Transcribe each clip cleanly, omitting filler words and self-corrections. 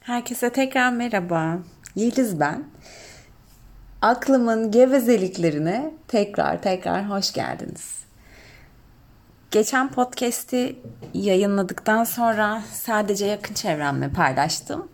Herkese tekrar merhaba. Yeliz ben. Aklımın gevezeliklerine tekrar hoş geldiniz. Geçen podcast'i yayınladıktan sonra sadece yakın çevremle paylaştım.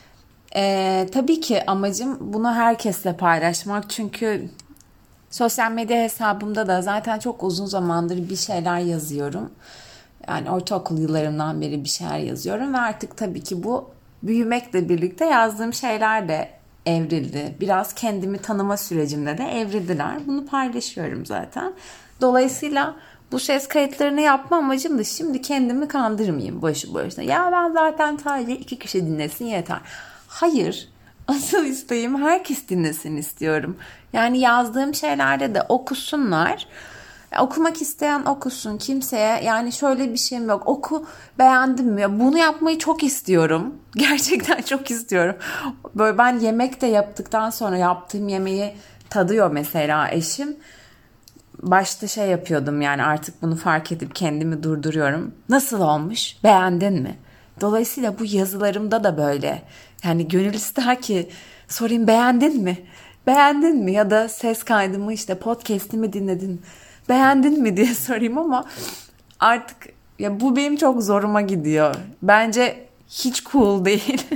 Tabii ki amacım bunu herkesle paylaşmak. Çünkü sosyal medya hesabımda da zaten çok uzun zamandır bir şeyler yazıyorum. Yani ortaokul yıllarımdan beri bir şeyler yazıyorum ve artık tabii ki bu büyümekle birlikte yazdığım şeyler de evrildi. Biraz kendimi tanıma sürecimde de evrildiler. Bunu paylaşıyorum zaten. Dolayısıyla bu ses kayıtlarını yapma amacım da şimdi kendimi kandırmayayım boşu boşuna. Ya ben zaten sadece 2 kişi dinlesin yeter. Hayır. Asıl isteğim herkes dinlesin istiyorum. Yani yazdığım şeylerde de okusunlar. Okumak isteyen okusun, kimseye yani şöyle bir şeyim yok, oku, beğendim mi, bunu yapmayı çok istiyorum, gerçekten çok istiyorum. Böyle ben yemek de yaptıktan sonra yaptığım yemeği tadıyor mesela eşim. Başta şey yapıyordum, yani artık bunu fark edip kendimi durduruyorum. Nasıl olmuş, beğendin mi? Dolayısıyla bu yazılarımda da böyle. Yani gönül ister ki sorayım, beğendin mi? Beğendin mi? Ya da ses kaydımı, işte podcast'imi dinledin, beğendin mi diye sorayım ama artık ya bu benim çok zoruma gidiyor. Bence hiç cool değil.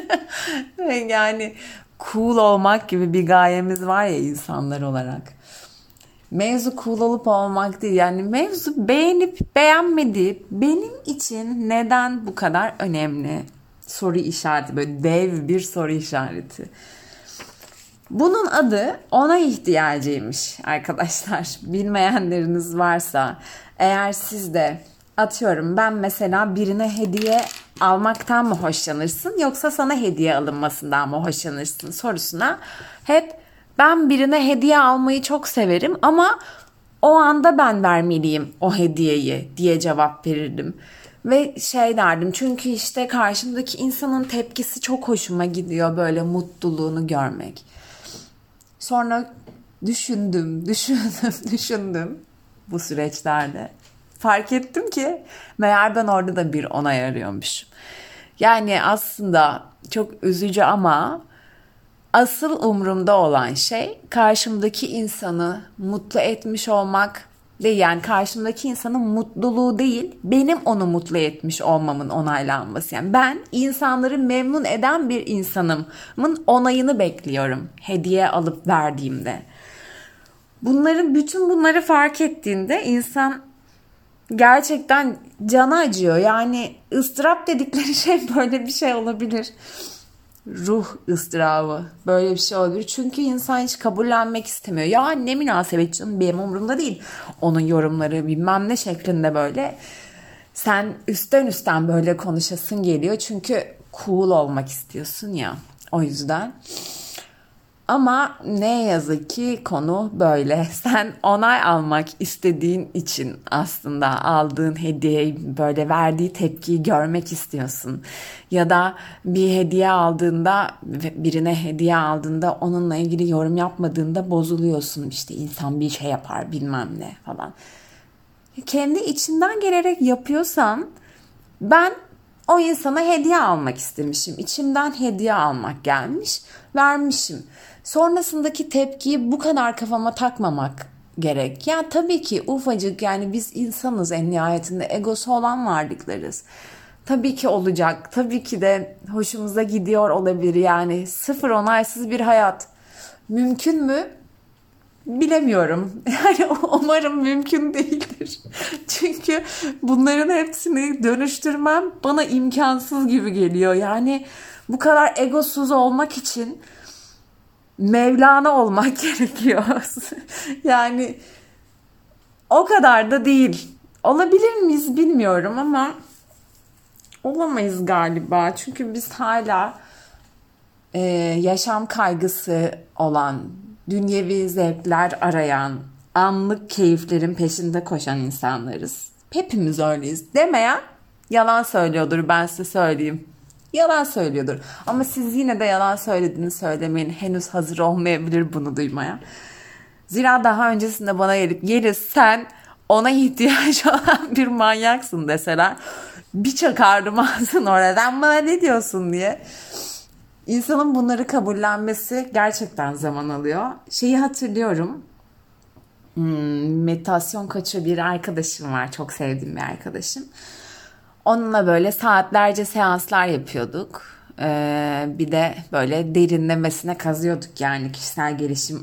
Yani cool olmak gibi bir gayemiz var ya insanlar olarak. Mevzu cool olup olmak değil. Yani mevzu beğenip beğenmediği benim için neden bu kadar önemli? Soru işareti, böyle dev bir soru işareti. Bunun adı ona ihtiyacıymış arkadaşlar. Bilmeyenleriniz varsa, eğer siz de atıyorum, ben mesela birine hediye almaktan mı hoşlanırsın yoksa sana hediye alınmasından mı hoşlanırsın sorusuna hep ben birine hediye almayı çok severim ama o anda ben vermeliyim o hediyeyi diye cevap verirdim. Ve şey derdim, çünkü işte karşımdaki insanın tepkisi çok hoşuma gidiyor, böyle mutluluğunu görmek. Sonra düşündüm bu süreçlerde. Fark ettim ki meğer ben orada da bir onay arıyormuşum. Yani aslında çok üzücü ama asıl umurumda olan şey karşımdaki insanı mutlu etmiş olmak değil. Yani karşımdaki insanın mutluluğu değil, benim onu mutlu etmiş olmamın onaylanması. Yani ben insanları memnun eden bir insanımın onayını bekliyorum hediye alıp verdiğimde. Bütün bunları fark ettiğinde insan gerçekten canı acıyor. Yani ıstırap dedikleri şey böyle bir şey olabilir. Ruh ıstırabı, böyle bir şey olabilir. Çünkü insan hiç kabullenmek istemiyor. Ya ne münasebet canım, benim umurumda değil. Onun yorumları bilmem ne şeklinde böyle. Sen üstten böyle konuşasın geliyor. Çünkü cool olmak istiyorsun ya. O yüzden. Ama ne yazık ki konu böyle. Sen onay almak istediğin için aslında aldığın hediyeyi, böyle verdiği tepkiyi görmek istiyorsun. Ya da bir hediye aldığında, birine hediye aldığında onunla ilgili yorum yapmadığında bozuluyorsun. İşte insan bir şey yapar bilmem ne falan. Kendi içinden gelerek yapıyorsan, ben o insana hediye almak istemişim. İçimden hediye almak gelmiş, vermişim. Sonrasındaki tepkiyi bu kadar kafama takmamak gerek. Ya tabii ki ufacık, yani biz insanız, en nihayetinde egosu olan varlıklarız. Tabii ki olacak. Tabii ki de hoşumuza gidiyor olabilir. Yani sıfır onaysız bir hayat mümkün mü? Bilemiyorum. Yani umarım mümkün değildir. Çünkü bunların hepsini dönüştürmem bana imkansız gibi geliyor. Yani bu kadar egosuz olmak için Mevlana olmak gerekiyor. Yani o kadar da değil. Olabilir miyiz bilmiyorum ama olamayız galiba. Çünkü biz hala yaşam kaygısı olan, dünyevi zevkler arayan, anlık keyiflerin peşinde koşan insanlarız. Hepimiz öyleyiz. Demeyen yalan söylüyordur, ben size söyleyeyim. Yalan söylüyordur. Ama siz yine de yalan söylediğini söylemeyin. Henüz hazır olmayabilir bunu duymaya. Zira daha öncesinde bana gelip Yeliz sen ona ihtiyacı olan bir manyaksın deseler bir çakardım ağzını oradan, bana ne diyorsun diye. İnsanın bunları kabullenmesi gerçekten zaman alıyor. Şeyi hatırlıyorum. Meditasyon koçu bir arkadaşım var. Çok sevdiğim bir arkadaşım. Onunla böyle saatlerce seanslar yapıyorduk. Bir de böyle derinlemesine kazıyorduk yani kişisel gelişim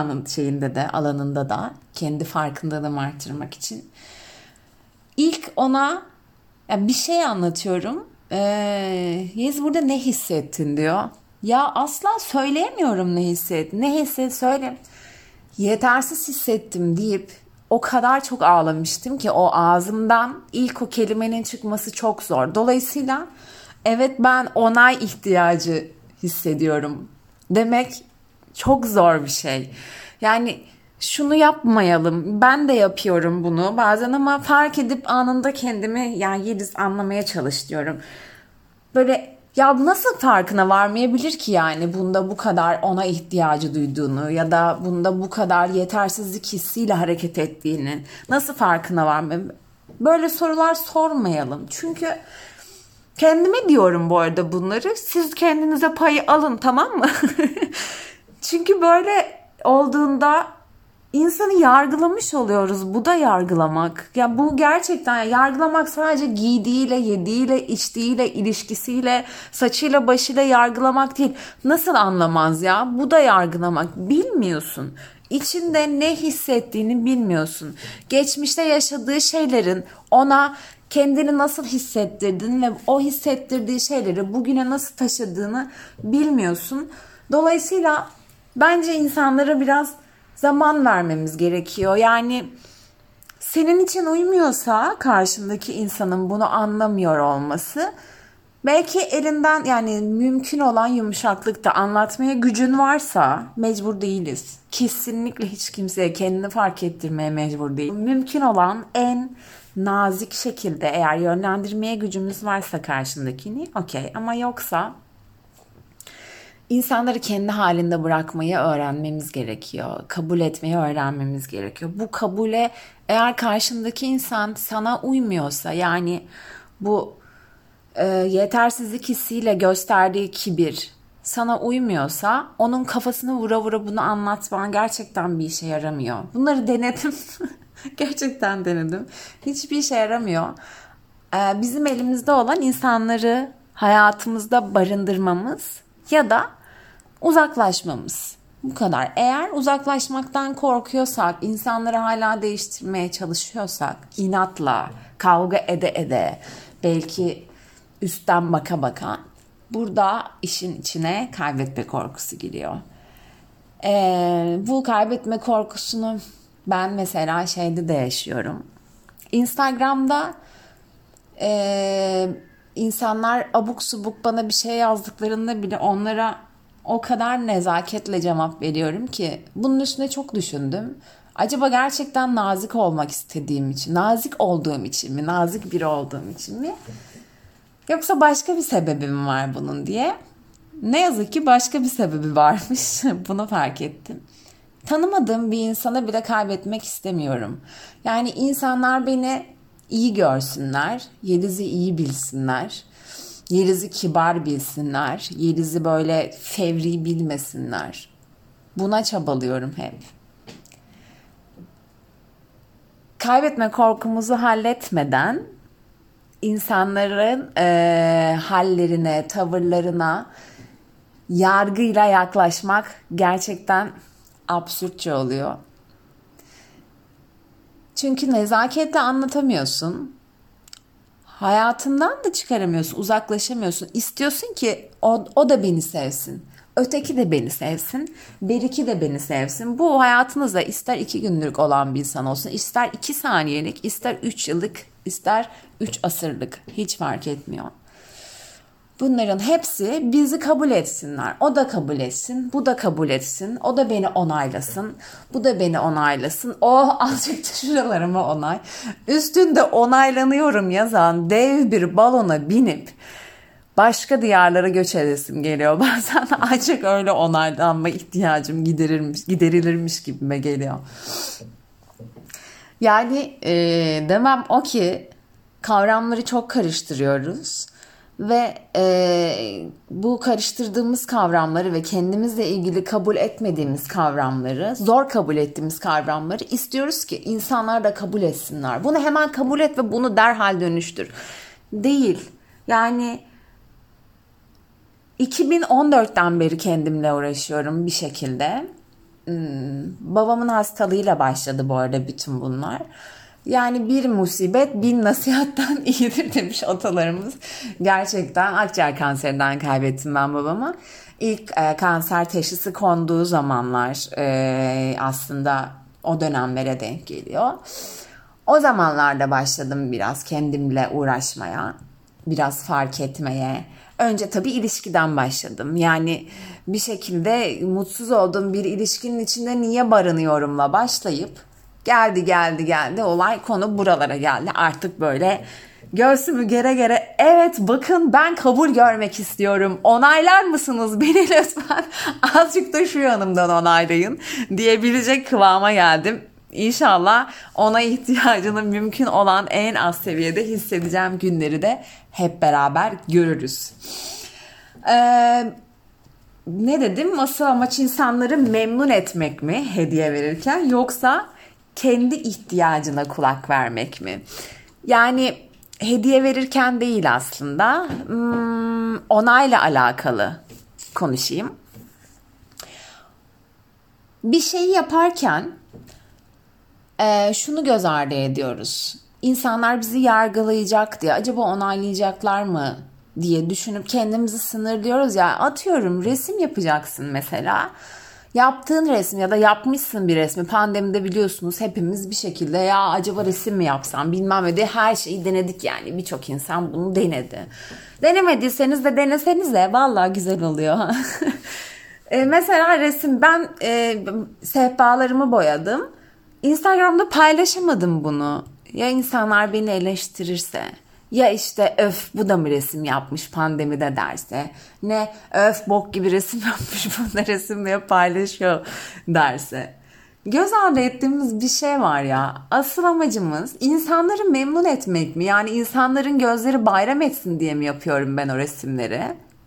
alanında da kendi farkındalığımı artırmak için. İlk ona bir şey anlatıyorum. Yez burada ne hissettin diyor. Ya asla söyleyemiyorum ne hissettin. Ne hisset söyle. Yetersiz hissettim deyip o kadar çok ağlamıştım ki o ağzımdan ilk o kelimenin çıkması çok zor. Dolayısıyla evet ben onay ihtiyacı hissediyorum demek çok zor bir şey. Yani şunu yapmayalım. Ben de yapıyorum bunu bazen ama fark edip anında kendimi yani Yeliz anlamaya çalış diyorum. Böyle ya nasıl farkına varmayabilir ki yani bunda bu kadar ona ihtiyacı duyduğunu ya da bunda bu kadar yetersizlik hissiyle hareket ettiğini nasıl farkına varmayabilir? Böyle sorular sormayalım. Çünkü kendime diyorum bu arada bunları. Siz kendinize payı alın, tamam mı? Çünkü böyle olduğunda insanı yargılamış oluyoruz. Bu da yargılamak. Ya bu gerçekten yargılamak sadece giydiğiyle, yediğiyle, içtiğiyle, ilişkisiyle, saçıyla, başıyla yargılamak değil. Nasıl anlamaz ya? Bu da yargılamak. Bilmiyorsun. İçinde ne hissettiğini bilmiyorsun. Geçmişte yaşadığı şeylerin ona kendini nasıl hissettirdin ve o hissettirdiği şeyleri bugüne nasıl taşıdığını bilmiyorsun. Dolayısıyla bence insanlara biraz zaman vermemiz gerekiyor. Yani senin için uymuyorsa karşındaki insanın bunu anlamıyor olması, belki elinden yani mümkün olan yumuşaklıkta anlatmaya gücün varsa mecbur değiliz. Kesinlikle hiç kimseye kendini fark ettirmeye mecbur değil. Mümkün olan en nazik şekilde eğer yönlendirmeye gücümüz varsa karşındakini okey, ama yoksa İnsanları kendi halinde bırakmayı öğrenmemiz gerekiyor. Kabul etmeyi öğrenmemiz gerekiyor. Bu kabule eğer karşındaki insan sana uymuyorsa yani bu yetersizlik hissiyle gösterdiği kibir sana uymuyorsa onun kafasını vura vura bunu anlatman gerçekten bir işe yaramıyor. Bunları denedim. Gerçekten denedim. Hiçbir işe yaramıyor. Bizim elimizde olan insanları hayatımızda barındırmamız ya da uzaklaşmamız. Bu kadar. Eğer uzaklaşmaktan korkuyorsak, insanları hala değiştirmeye çalışıyorsak, inatla, kavga ede ede, belki üstten baka baka, burada işin içine kaybetme korkusu giriyor. Bu kaybetme korkusunu ben mesela şeyde de yaşıyorum. Instagram'da insanlar abuk subuk bana bir şey yazdıklarında bile onlara o kadar nezaketle cevap veriyorum ki bunun üstüne çok düşündüm. Acaba gerçekten nazik olmak istediğim için, nazik olduğum için mi, nazik biri olduğum için mi? Yoksa başka bir sebebim var bunun diye. Ne yazık ki başka bir sebebi varmış. Bunu fark ettim. Tanımadığım bir insana bile kaybetmek istemiyorum. Yani insanlar beni iyi görsünler, Yeliz'i iyi bilsinler, Yeliz'i kibar bilsinler, Yeliz'i böyle fevri bilmesinler. Buna çabalıyorum hep. Kaybetme korkumuzu halletmeden insanların hallerine, tavırlarına yargıyla yaklaşmak gerçekten absürtçe oluyor. Çünkü nezaketle anlatamıyorsun. Hayatından da çıkaramıyorsun, uzaklaşamıyorsun. İstiyorsun ki o da beni sevsin. Öteki de beni sevsin. Beriki de beni sevsin. Bu hayatınızda ister 2 günlük olan bir insan olsun, ister 2 saniyelik, ister 3 yıllık, ister 3 asırlık. Hiç fark etmiyor. Bunların hepsi bizi kabul etsinler. O da kabul etsin, bu da kabul etsin. O da beni onaylasın, bu da beni onaylasın. Oh azıcık da şuralarıma onay. Üstünde onaylanıyorum yazan dev bir balona binip başka diyarlara göç edesim geliyor. Bazen ancak öyle onaylanma ihtiyacım giderilirmiş gibime geliyor. Yani demem o ki kavramları çok karıştırıyoruz. Ve bu karıştırdığımız kavramları ve kendimizle ilgili kabul etmediğimiz kavramları, zor kabul ettiğimiz kavramları istiyoruz ki insanlar da kabul etsinler. Bunu hemen kabul et ve bunu derhal dönüştür. Değil. Yani 2014'ten beri kendimle uğraşıyorum bir şekilde. Babamın hastalığıyla başladı bu arada bütün bunlar. Yani bir musibet bin nasihatten iyidir demiş atalarımız. Gerçekten akciğer kanserinden kaybettim ben babamı. İlk kanser teşhisi konduğu zamanlar aslında o dönemlere denk geliyor. O zamanlarda başladım biraz kendimle uğraşmaya, biraz fark etmeye. Önce tabii ilişkiden başladım. Yani bir şekilde mutsuz olduğum bir ilişkinin içinde niye barınıyorumla başlayıp geldi olay konu buralara geldi. Artık böyle göğsümü gere gere evet bakın ben kabul görmek istiyorum. Onaylar mısınız beni lütfen? Azıcık da şu yanımdan onaylayın diyebilecek kıvama geldim. İnşallah ona ihtiyacını mümkün olan en az seviyede hissedeceğim günleri de hep beraber görürüz. Ne dedim? Asıl amaç insanları memnun etmek mi hediye verirken, yoksa kendi ihtiyacına kulak vermek mi? Yani hediye verirken değil aslında. Onayla alakalı konuşayım. Bir şeyi yaparken şunu göz ardı ediyoruz. İnsanlar bizi yargılayacak diye, acaba onaylayacaklar mı diye düşünüp kendimizi sınırlıyoruz ya. Atıyorum resim yapacaksın mesela. Yaptığın resim ya da yapmışsın bir resmi, pandemide biliyorsunuz hepimiz bir şekilde ya acaba resim mi yapsam bilmem ne diye her şeyi denedik yani. Birçok insan bunu denedi. Denemediyseniz de denesenize vallahi güzel oluyor. Mesela resim, ben sehpalarımı boyadım. Instagram'da paylaşamadım bunu. Ya insanlar beni eleştirirse, ya işte öf bu da mı resim yapmış pandemide derse, ne öf bok gibi resim yapmış bunu da resim diye paylaşıyor derse. Göz ardı ettiğimiz bir şey var ya. Asıl amacımız insanları memnun etmek mi? Yani insanların gözleri bayram etsin diye mi yapıyorum ben o resimleri?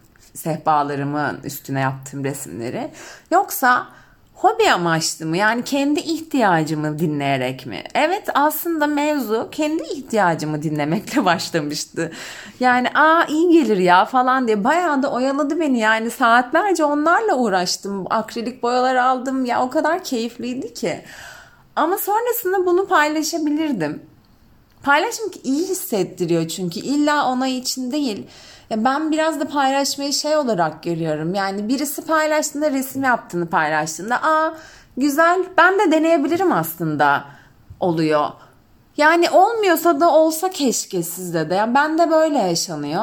Sehpalarımın üstüne yaptığım resimleri. Yoksa hobi amaçlı mı? Yani kendi ihtiyacımı dinleyerek mi? Evet, aslında mevzu kendi ihtiyacımı dinlemekle başlamıştı. Yani iyi gelir ya falan diye bayağı da oyaladı beni. Yani saatlerce onlarla uğraştım. Akrilik boyalar aldım. Ya o kadar keyifliydi ki. Ama sonrasında bunu paylaşabilirdim. Paylaşmak iyi hissettiriyor çünkü illa onay için değil. Ya ben biraz da paylaşmayı şey olarak görüyorum. Yani birisi paylaştığında, resim yaptığını paylaştığında güzel ben de deneyebilirim aslında oluyor. Yani olmuyorsa da olsa keşke sizde de. Yani bende böyle yaşanıyor.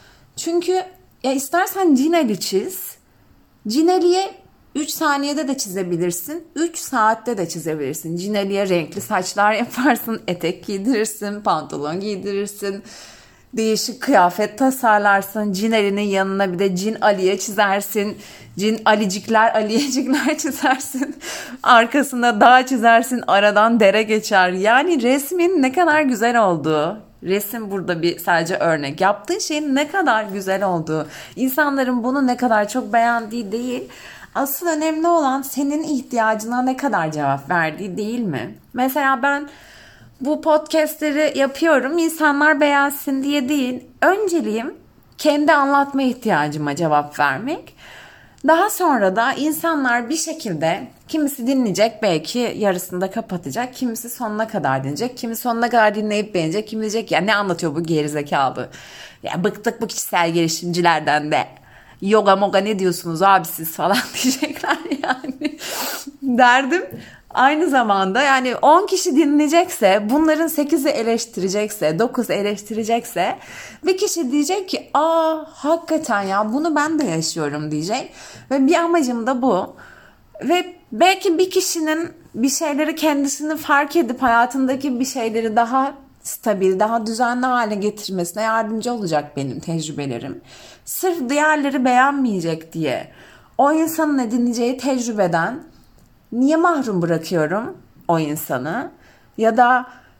Çünkü ya istersen Cinali çiz. Cinali'ye 3 saniyede de çizebilirsin. 3 saatte de çizebilirsin. Cinali'ye renkli saçlar yaparsın. Etek giydirirsin. Pantolon giydirirsin. Değişik kıyafet tasarlarsın. Cinali'nin yanına bir de Cin Ali'ye çizersin. Cin Alicikler, Aliyecikler çizersin. Arkasında dağ çizersin. Aradan dere geçer. Yani resmin ne kadar güzel olduğu. Resim burada bir sadece örnek. Yaptığın şeyin ne kadar güzel olduğu. İnsanların bunu ne kadar çok beğendiği değil. Asıl önemli olan senin ihtiyacına ne kadar cevap verdiği değil mi? Mesela ben bu podcastleri yapıyorum insanlar beğensin diye değil. Önceliğim kendi anlatma ihtiyacıma cevap vermek. Daha sonra da insanlar bir şekilde kimisi dinleyecek, belki yarısında kapatacak, kimisi sonuna kadar dinleyecek, kimisi sonuna kadar dinleyip beğenecek, kimi diyecek ya ne anlatıyor bu gerizekalı. Ya bıktık bu kişisel gelişimcilerden de. Yoga moga ne diyorsunuz abi siz falan diyecekler yani. Derdim aynı zamanda yani 10 kişi dinleyecekse, bunların 8'i eleştirecekse, 9 eleştirecekse, bir kişi diyecek ki hakikaten ya bunu ben de yaşıyorum diyecek. Ve bir amacım da bu. Ve belki bir kişinin bir şeyleri kendisini fark edip hayatındaki bir şeyleri daha stabil, daha düzenli hale getirmesine yardımcı olacak benim tecrübelerim. Sırf diğerleri beğenmeyecek diye o insanın edineceği tecrübeden niye mahrum bırakıyorum o insanı? Ya da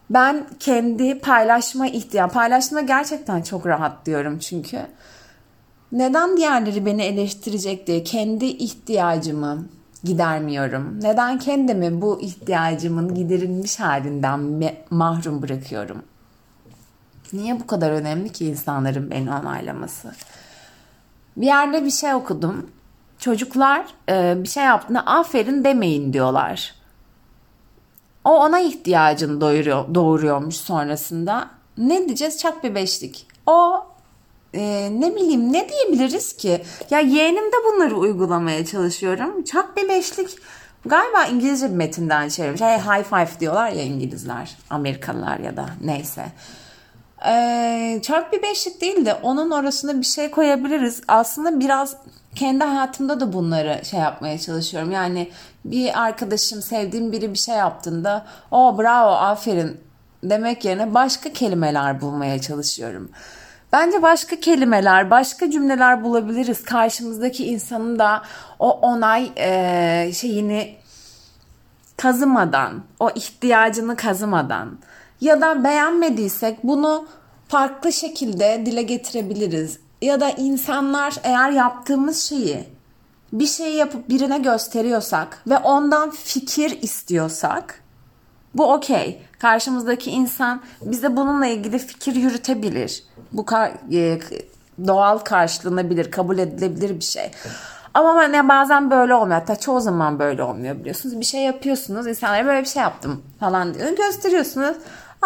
Ben kendi paylaşma gerçekten çok rahat diyorum çünkü. Neden diğerleri beni eleştirecek diye kendi ihtiyacımı gidermiyorum? Neden kendimi bu ihtiyacımın giderilmiş halinden mahrum bırakıyorum? Niye bu kadar önemli ki insanların beni onaylaması? Bir yerde bir şey okudum. Çocuklar bir şey yaptığında aferin demeyin diyorlar. O ona ihtiyacını doğuruyormuş sonrasında. Ne diyeceğiz? Çak bir beşlik. O ne bileyim ne diyebiliriz ki? Ya yeğenimde bunları uygulamaya çalışıyorum. Çak bir beşlik galiba İngilizce bir metinden çevirmiş. High five diyorlar ya İngilizler, Amerikalılar ya da neyse. Çarp bir beşlik değil de onun orasına bir şey koyabiliriz. Aslında biraz kendi hayatımda da bunları şey yapmaya çalışıyorum. Yani bir arkadaşım, sevdiğim biri bir şey yaptığında o bravo aferin demek yerine başka kelimeler bulmaya çalışıyorum. Bence başka kelimeler, başka cümleler bulabiliriz. Karşımızdaki insanın da o onay şeyini kazımadan, o ihtiyacını kazımadan ya da beğenmediysek bunu farklı şekilde dile getirebiliriz. Ya da insanlar eğer yaptığımız şeyi bir şey yapıp birine gösteriyorsak ve ondan fikir istiyorsak bu okey. Karşımızdaki insan bize bununla ilgili fikir yürütebilir. Bu doğal karşılanabilir, kabul edilebilir bir şey. Ama hani bazen böyle olmuyor. Hatta çoğu zaman böyle olmuyor biliyorsunuz. Bir şey yapıyorsunuz. İnsanlara böyle bir şey yaptım falan diyor. Gösteriyorsunuz.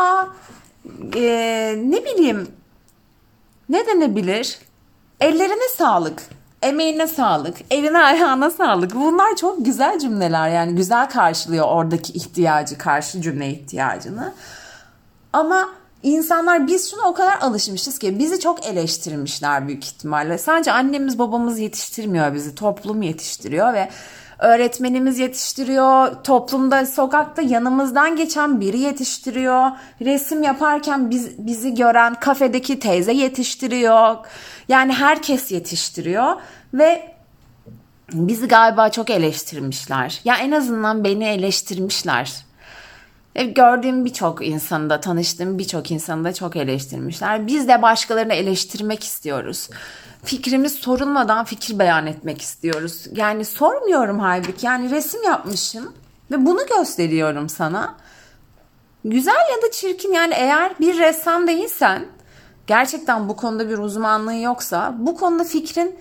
Ne bileyim ne denebilir? Ellerine sağlık. Emeğine sağlık. Eline ayağına sağlık. Bunlar çok güzel cümleler. Yani güzel karşılıyor oradaki ihtiyacı. Karşı cümle ihtiyacını. Ama insanlar biz şuna o kadar alışmışız ki bizi çok eleştirmişler büyük ihtimalle. Sadece annemiz babamız yetiştirmiyor bizi. Toplum yetiştiriyor ve öğretmenimiz yetiştiriyor. Toplumda, sokakta yanımızdan geçen biri yetiştiriyor. Resim yaparken bizi gören kafedeki teyze yetiştiriyor. Yani herkes yetiştiriyor ve bizi galiba çok eleştirmişler. Ya en azından beni eleştirmişler. Gördüğüm birçok insanı da, tanıştığım birçok insanı da çok eleştirmişler. Biz de başkalarını eleştirmek istiyoruz. Fikrimiz sorulmadan fikir beyan etmek istiyoruz. Yani sormuyorum halbuki. Yani resim yapmışım ve bunu gösteriyorum sana. Güzel ya da çirkin, yani eğer bir ressam değilsen, gerçekten bu konuda bir uzmanlığın yoksa, bu konuda fikrin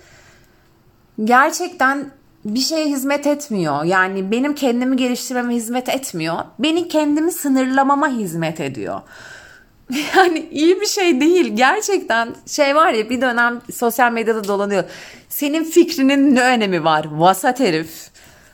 gerçekten bir şeye hizmet etmiyor. Yani benim kendimi geliştirmeme hizmet etmiyor. Beni kendimi sınırlamama hizmet ediyor. Yani iyi bir şey değil. Gerçekten şey var ya, bir dönem sosyal medyada dolanıyor. Senin fikrinin ne önemi var? Vasat herif.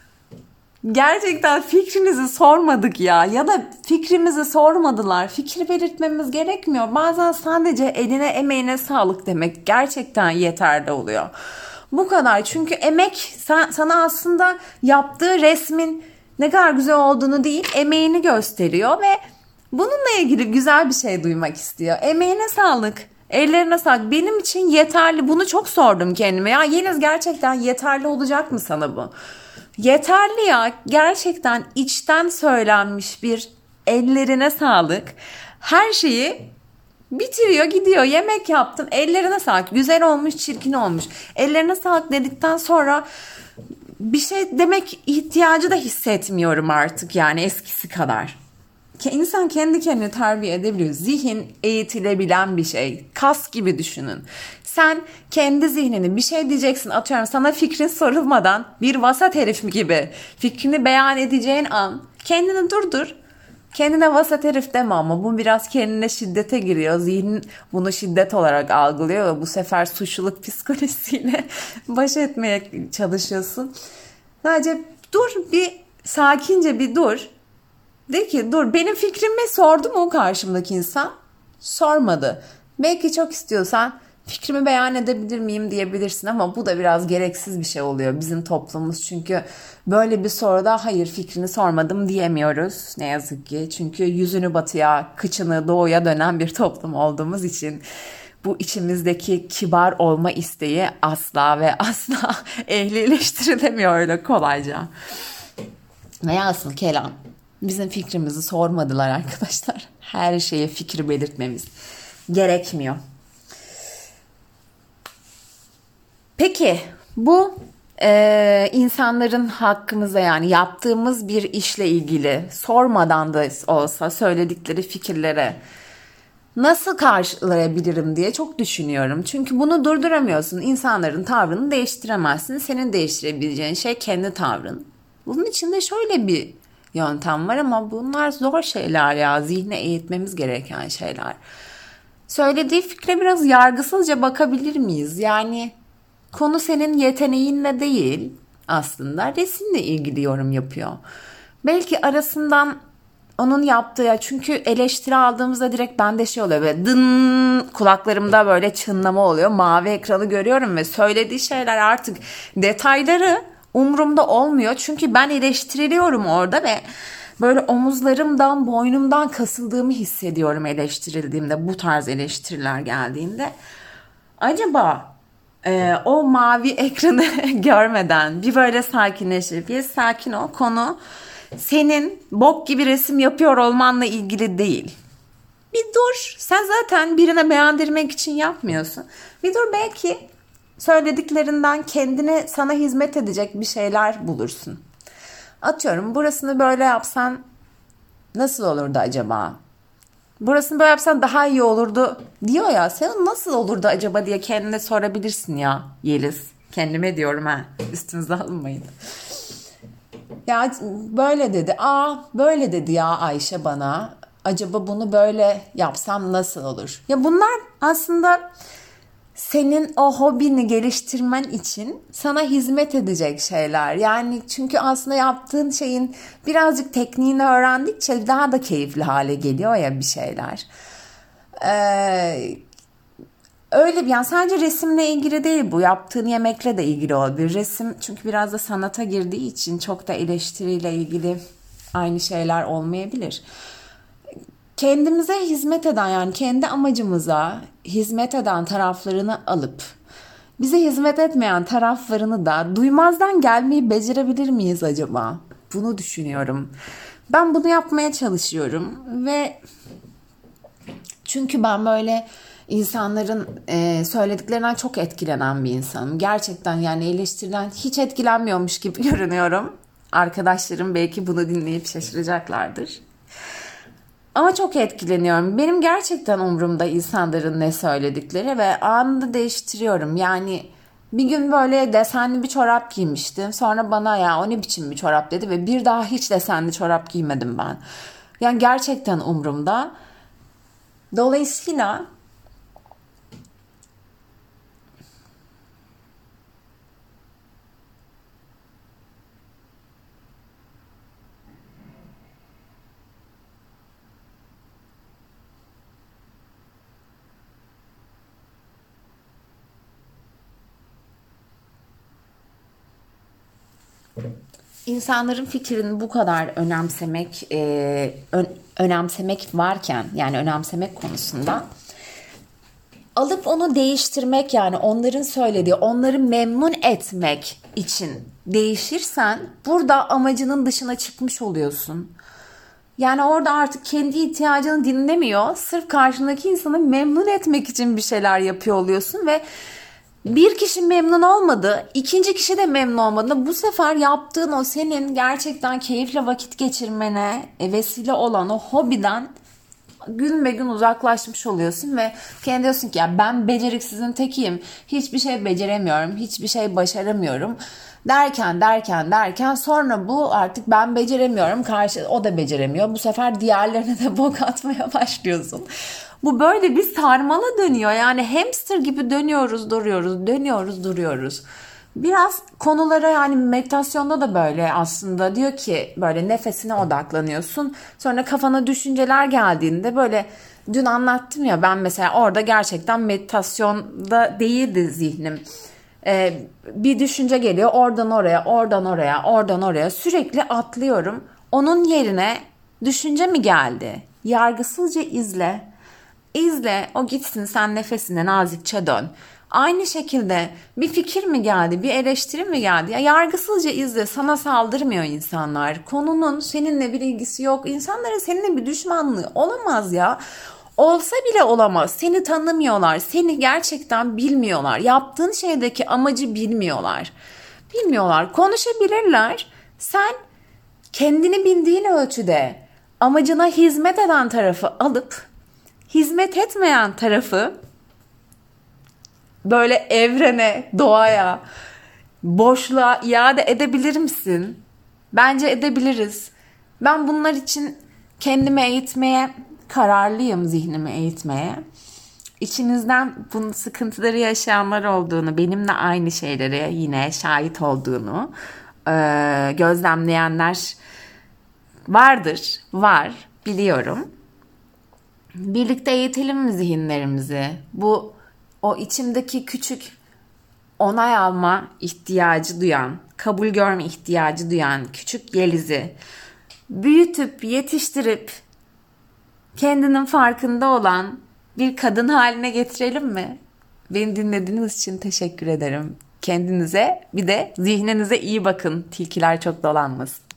Gerçekten fikrinizi sormadık ya da fikrimizi sormadılar. Fikri belirtmemiz gerekmiyor. Bazen sadece eline emeğine sağlık demek gerçekten yeterli oluyor. Bu kadar. Çünkü emek sana aslında yaptığı resmin ne kadar güzel olduğunu değil, emeğini gösteriyor ve bununla ilgili güzel bir şey duymak istiyor. Emeğine sağlık, ellerine sağlık. Benim için yeterli. Bunu çok sordum kendime. Ya Yeliz, gerçekten yeterli olacak mı sana bu? Yeterli ya. Gerçekten içten söylenmiş bir ellerine sağlık. Her şeyi bitiriyor gidiyor. Yemek yaptın, ellerine sağlık. Güzel olmuş, çirkin olmuş. Ellerine sağlık dedikten sonra bir şey demek ihtiyacı da hissetmiyorum artık, yani eskisi kadar. İnsan kendi kendini terbiye edebiliyor. Zihin eğitilebilen bir şey. Kas gibi düşünün. Sen kendi zihnini bir şey diyeceksin, atıyorum sana fikrin sorulmadan bir vasat herif gibi fikrini beyan edeceğin an kendini durdur. Kendine vasat herif deme, ama bu biraz kendine şiddete giriyor. Zihnin bunu şiddet olarak algılıyor ve bu sefer suçluluk psikolojisiyle baş etmeye çalışıyorsun. Sadece dur, bir sakince bir dur. De ki dur, benim fikrimi sordu mu karşımdaki insan? Sormadı. Belki çok istiyorsan fikrimi beyan edebilir miyim diyebilirsin, ama bu da biraz gereksiz bir şey oluyor bizim toplumumuz. Çünkü böyle bir soruda hayır fikrini sormadım diyemiyoruz ne yazık ki. Çünkü yüzünü batıya, kıçını doğuya dönen bir toplum olduğumuz için bu içimizdeki kibar olma isteği asla ve asla ehlileştirilemiyor öyle kolayca. Velhasıl kelam. Bizim fikrimizi sormadılar arkadaşlar. Her şeye fikir belirtmemiz gerekmiyor. Peki bu insanların hakkımıza, yani yaptığımız bir işle ilgili sormadan da olsa söyledikleri fikirlere nasıl karşılayabilirim diye çok düşünüyorum. Çünkü bunu durduramıyorsun. İnsanların tavrını değiştiremezsin. Senin değiştirebileceğin şey kendi tavrın. Bunun için de şöyle bir yöntem var ama bunlar zor şeyler ya. Zihne eğitmemiz gereken şeyler. Söylediği fikre biraz yargısızca bakabilir miyiz? Yani konu senin yeteneğinle değil, aslında resimle ilgili yorum yapıyor. Belki arasından onun yaptığı, çünkü eleştiri aldığımızda direkt bende şey oluyor, böyle dın, kulaklarımda böyle çınlama oluyor. Mavi ekranı görüyorum ve söylediği şeyler artık detayları umurumda olmuyor. Çünkü ben eleştiriliyorum orada ve böyle omuzlarımdan, boynumdan kasıldığımı hissediyorum eleştirildiğimde, bu tarz eleştiriler geldiğinde. Acaba o mavi ekranı görmeden bir böyle sakinleşip, bir sakin ol, konu senin bok gibi resim yapıyor olmanla ilgili değil. Bir dur, sen zaten birine beğendirmek için yapmıyorsun. Bir dur, belki söylediklerinden kendine, sana hizmet edecek bir şeyler bulursun. Atıyorum, burasını böyle yapsan nasıl olurdu acaba? Burasını böyle yapsan daha iyi olurdu diyor ya. Senin nasıl olurdu acaba diye kendine sorabilirsin ya Yeliz. Kendime diyorum ha. Üstünüze alınmayın. Ya böyle dedi. Böyle dedi ya Ayşe bana. Acaba bunu böyle yapsam nasıl olur? Ya bunlar aslında senin o hobini geliştirmen için sana hizmet edecek şeyler. Yani çünkü aslında yaptığın şeyin birazcık tekniğini öğrendikçe daha da keyifli hale geliyor ya bir şeyler. Öyle bir, yani sadece resimle ilgili değil bu. Yaptığın yemekle de ilgili olabilir. Resim çünkü biraz da sanata girdiği için çok da eleştiriyle ilgili aynı şeyler olmayabilir. Kendimize hizmet eden, yani kendi amacımıza hizmet eden taraflarını alıp bize hizmet etmeyen taraflarını da duymazdan gelmeyi becerebilir miyiz acaba? Bunu düşünüyorum. Ben bunu yapmaya çalışıyorum ve çünkü ben böyle insanların söylediklerinden çok etkilenen bir insanım. Gerçekten yani eleştiriden hiç etkilenmiyormuş gibi görünüyorum. Arkadaşlarım belki bunu dinleyip şaşıracaklardır. Ama çok etkileniyorum. Benim gerçekten umurumda insanların ne söyledikleri ve anında değiştiriyorum. Yani bir gün böyle desenli bir çorap giymiştim. Sonra bana ya o ne biçim bir çorap dedi ve bir daha hiç desenli çorap giymedim ben. Yani gerçekten umurumda. Dolayısıyla İnsanların fikrini bu kadar önemsemek varken, yani önemsemek konusunda alıp onu değiştirmek, yani onların söylediği, onları memnun etmek için değişirsen burada amacının dışına çıkmış oluyorsun. Yani orada artık kendi ihtiyacını dinlemiyor, sırf karşındaki insanı memnun etmek için bir şeyler yapıyor oluyorsun ve bir kişi memnun olmadı, ikinci kişi de memnun olmadı. Bu sefer yaptığın o senin gerçekten keyifle vakit geçirmene vesile olan o hobiden gün be gün uzaklaşmış oluyorsun ve kendi diyorsun ki ya ben beceriksizin tekiyim, hiçbir şey beceremiyorum, hiçbir şey başaramıyorum derken sonra bu artık ben beceremiyorum, karşı o da beceremiyor. Bu sefer diğerlerine de bok atmaya başlıyorsun. Bu böyle bir sarmala dönüyor. Yani hamster gibi dönüyoruz, duruyoruz. Biraz konulara, yani meditasyonda da böyle aslında diyor ki böyle nefesine odaklanıyorsun. Sonra kafana düşünceler geldiğinde böyle dün anlattım ya, ben mesela orada gerçekten meditasyonda değildi zihnim. Bir düşünce geliyor oradan oraya sürekli atlıyorum. Onun yerine düşünce mi geldi? Yargısızca izle, o gitsin, sen nefesine nazikçe dön. Aynı şekilde bir fikir mi geldi, bir eleştiri mi geldi? Ya yargısızca izle, sana saldırmıyor insanlar. Konunun seninle bir ilgisi yok. İnsanların seninle bir düşmanlığı olamaz ya. Olsa bile olamaz. Seni tanımıyorlar. Seni gerçekten bilmiyorlar. Yaptığın şeydeki amacı bilmiyorlar. Bilmiyorlar. Konuşabilirler. Sen kendini bildiğin ölçüde amacına hizmet eden tarafı alıp hizmet etmeyen tarafı böyle evrene, doğaya, boşluğa iade edebilir misin? Bence edebiliriz. Ben bunlar için kendimi eğitmeye kararlıyım, zihnimi eğitmeye. İçinizden bunun sıkıntıları yaşayanlar olduğunu, benimle aynı şeylere yine şahit olduğunu gözlemleyenler vardır, var, biliyorum. Birlikte eğitelim mi zihinlerimizi? O içimdeki küçük onay alma ihtiyacı duyan, kabul görme ihtiyacı duyan küçük Yeliz'i büyütüp, yetiştirip kendinin farkında olan bir kadın haline getirelim mi? Beni dinlediğiniz için teşekkür ederim. Kendinize bir de zihninize iyi bakın. Tilkiler çok dolanmasın.